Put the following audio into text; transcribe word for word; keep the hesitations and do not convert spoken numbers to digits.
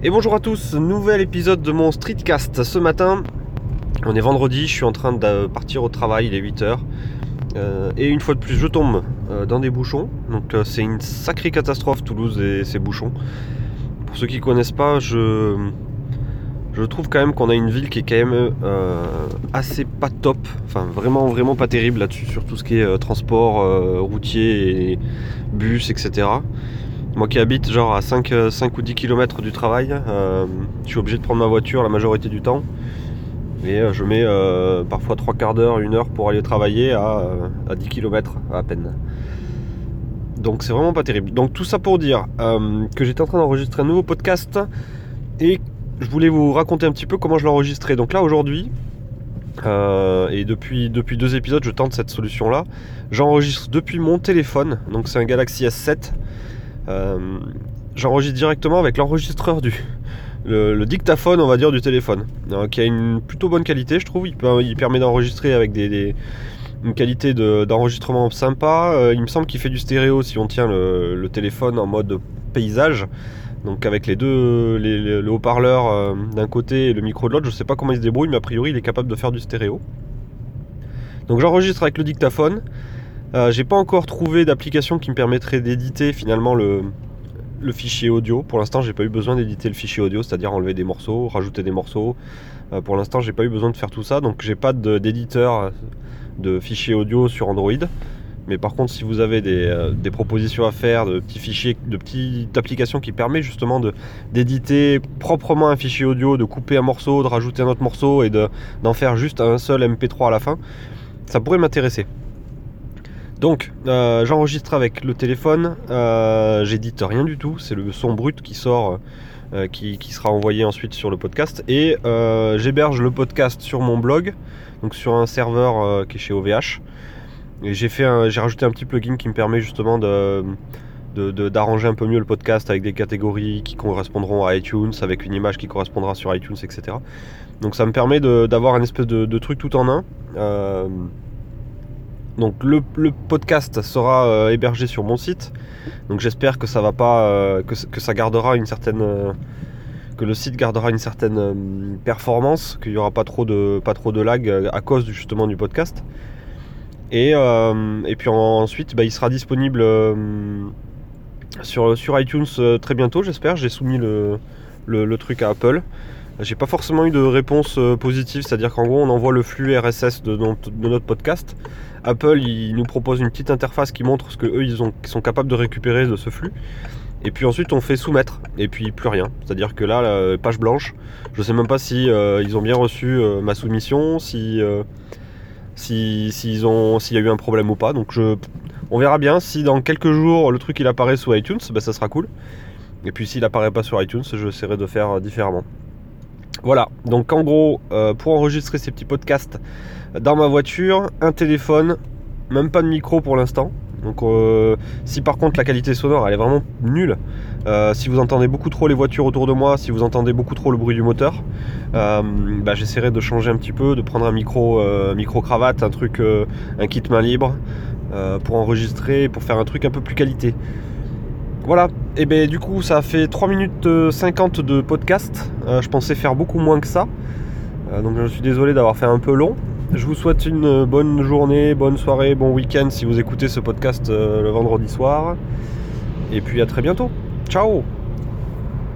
Et bonjour à tous, nouvel épisode de mon streetcast. Ce matin, on est vendredi, je suis en train de partir au travail, il est huit heures. Euh, et une fois de plus, je tombe euh, dans des bouchons. Donc euh, c'est une sacrée catastrophe, Toulouse et ses bouchons. Pour ceux qui ne connaissent pas, je, je trouve quand même qu'on a une ville qui est quand même euh, assez pas top. Enfin vraiment vraiment pas terrible là-dessus, sur tout ce qui est euh, transport euh, routier et bus, et cetera. Moi qui habite genre à cinq, cinq ou dix kilomètres du travail, euh, je suis obligé de prendre ma voiture la majorité du temps. Et euh, je mets euh, parfois trois quarts d'heure, une heure pour aller travailler à, euh, à dix kilomètres à peine. Donc c'est vraiment pas terrible. Donc tout ça pour dire euh, que j'étais en train d'enregistrer un nouveau podcast et je voulais vous raconter un petit peu comment je l'ai enregistré. Donc là aujourd'hui, euh, et depuis, depuis deux épisodes je tente cette solution là, j'enregistre depuis mon téléphone, donc c'est un Galaxy S sept. Euh, j'enregistre directement avec l'enregistreur du le, le dictaphone, on va dire, du téléphone, euh, qui a une plutôt bonne qualité, je trouve. Il, peut, il permet d'enregistrer avec des, des, une qualité de, d'enregistrement sympa. Euh, il me semble qu'il fait du stéréo si on tient le, le téléphone en mode paysage, donc avec les deux les, les, le haut-parleur euh, d'un côté et le micro de l'autre. Je sais pas comment il se débrouille, mais a priori il est capable de faire du stéréo. Donc j'enregistre avec le dictaphone. Euh, j'ai pas encore trouvé d'application qui me permettrait d'éditer finalement le, le fichier audio. Pour l'instant, j'ai pas eu besoin d'éditer le fichier audio, c'est-à-dire enlever des morceaux, rajouter des morceaux. Euh, pour l'instant, j'ai pas eu besoin de faire tout ça, donc j'ai pas de, d'éditeur de fichiers audio sur Android. Mais par contre, si vous avez des, euh, des propositions à faire, de petits fichiers, de petites applications qui permettent justement de, d'éditer proprement un fichier audio, de couper un morceau, de rajouter un autre morceau et de, d'en faire juste un seul M P trois à la fin, ça pourrait m'intéresser. Donc euh, j'enregistre avec le téléphone, euh, j'édite rien du tout, c'est le son brut qui sort, euh, qui, qui sera envoyé ensuite sur le podcast, et euh, j'héberge le podcast sur mon blog, donc sur un serveur euh, qui est chez O V H, et j'ai, fait un, j'ai rajouté un petit plugin qui me permet justement de, de, de, d'arranger un peu mieux le podcast avec des catégories qui correspondront à iTunes, avec une image qui correspondra sur iTunes, et cetera. Donc ça me permet de, d'avoir un espèce de, de truc tout en un. Euh, Donc le, le podcast sera euh, hébergé sur mon site. Donc j'espère que ça va pas, euh, que, que ça gardera une certaine, euh, que le site gardera une certaine euh, performance, qu'il y aura pas trop de, pas trop de lag euh, à cause justement du podcast. Et, euh, et puis en, ensuite, bah, il sera disponible euh, sur, sur iTunes euh, très bientôt, j'espère. J'ai soumis le, le, le truc à Apple. J'ai pas forcément eu de réponse euh, positive, c'est-à-dire qu'en gros on envoie le flux R S S de, de notre podcast. Apple il nous propose une petite interface qui montre ce que eux ils, ont, ils sont capables de récupérer de ce flux. Et puis ensuite on fait soumettre, et puis plus rien. C'est-à-dire que là, la page blanche, je sais même pas si euh, ils ont bien reçu euh, ma soumission, si, euh, si, si ils ont, s'il y a eu un problème ou pas. Donc je, on verra bien. Si dans quelques jours le truc il apparaît sous iTunes, bah, ça sera cool. Et puis s'il apparaît pas sur iTunes, j'essaierai de faire différemment. Voilà, donc en gros, euh, pour enregistrer ces petits podcasts dans ma voiture, un téléphone, même pas de micro pour l'instant. Donc euh, si par contre la qualité sonore elle est vraiment nulle, euh, si vous entendez beaucoup trop les voitures autour de moi, si vous entendez beaucoup trop le bruit du moteur, euh, bah, j'essaierai de changer un petit peu, de prendre un micro, euh, micro cravate, un truc, euh, un kit main libre, euh, pour enregistrer, pour faire un truc un peu plus qualité. Voilà, et bien du coup ça a fait trois minutes cinquante de podcast, euh, je pensais faire beaucoup moins que ça, euh, donc je suis désolé d'avoir fait un peu long. Je vous souhaite une bonne journée, bonne soirée, bon week-end si vous écoutez ce podcast euh, le vendredi soir, et puis à très bientôt, ciao.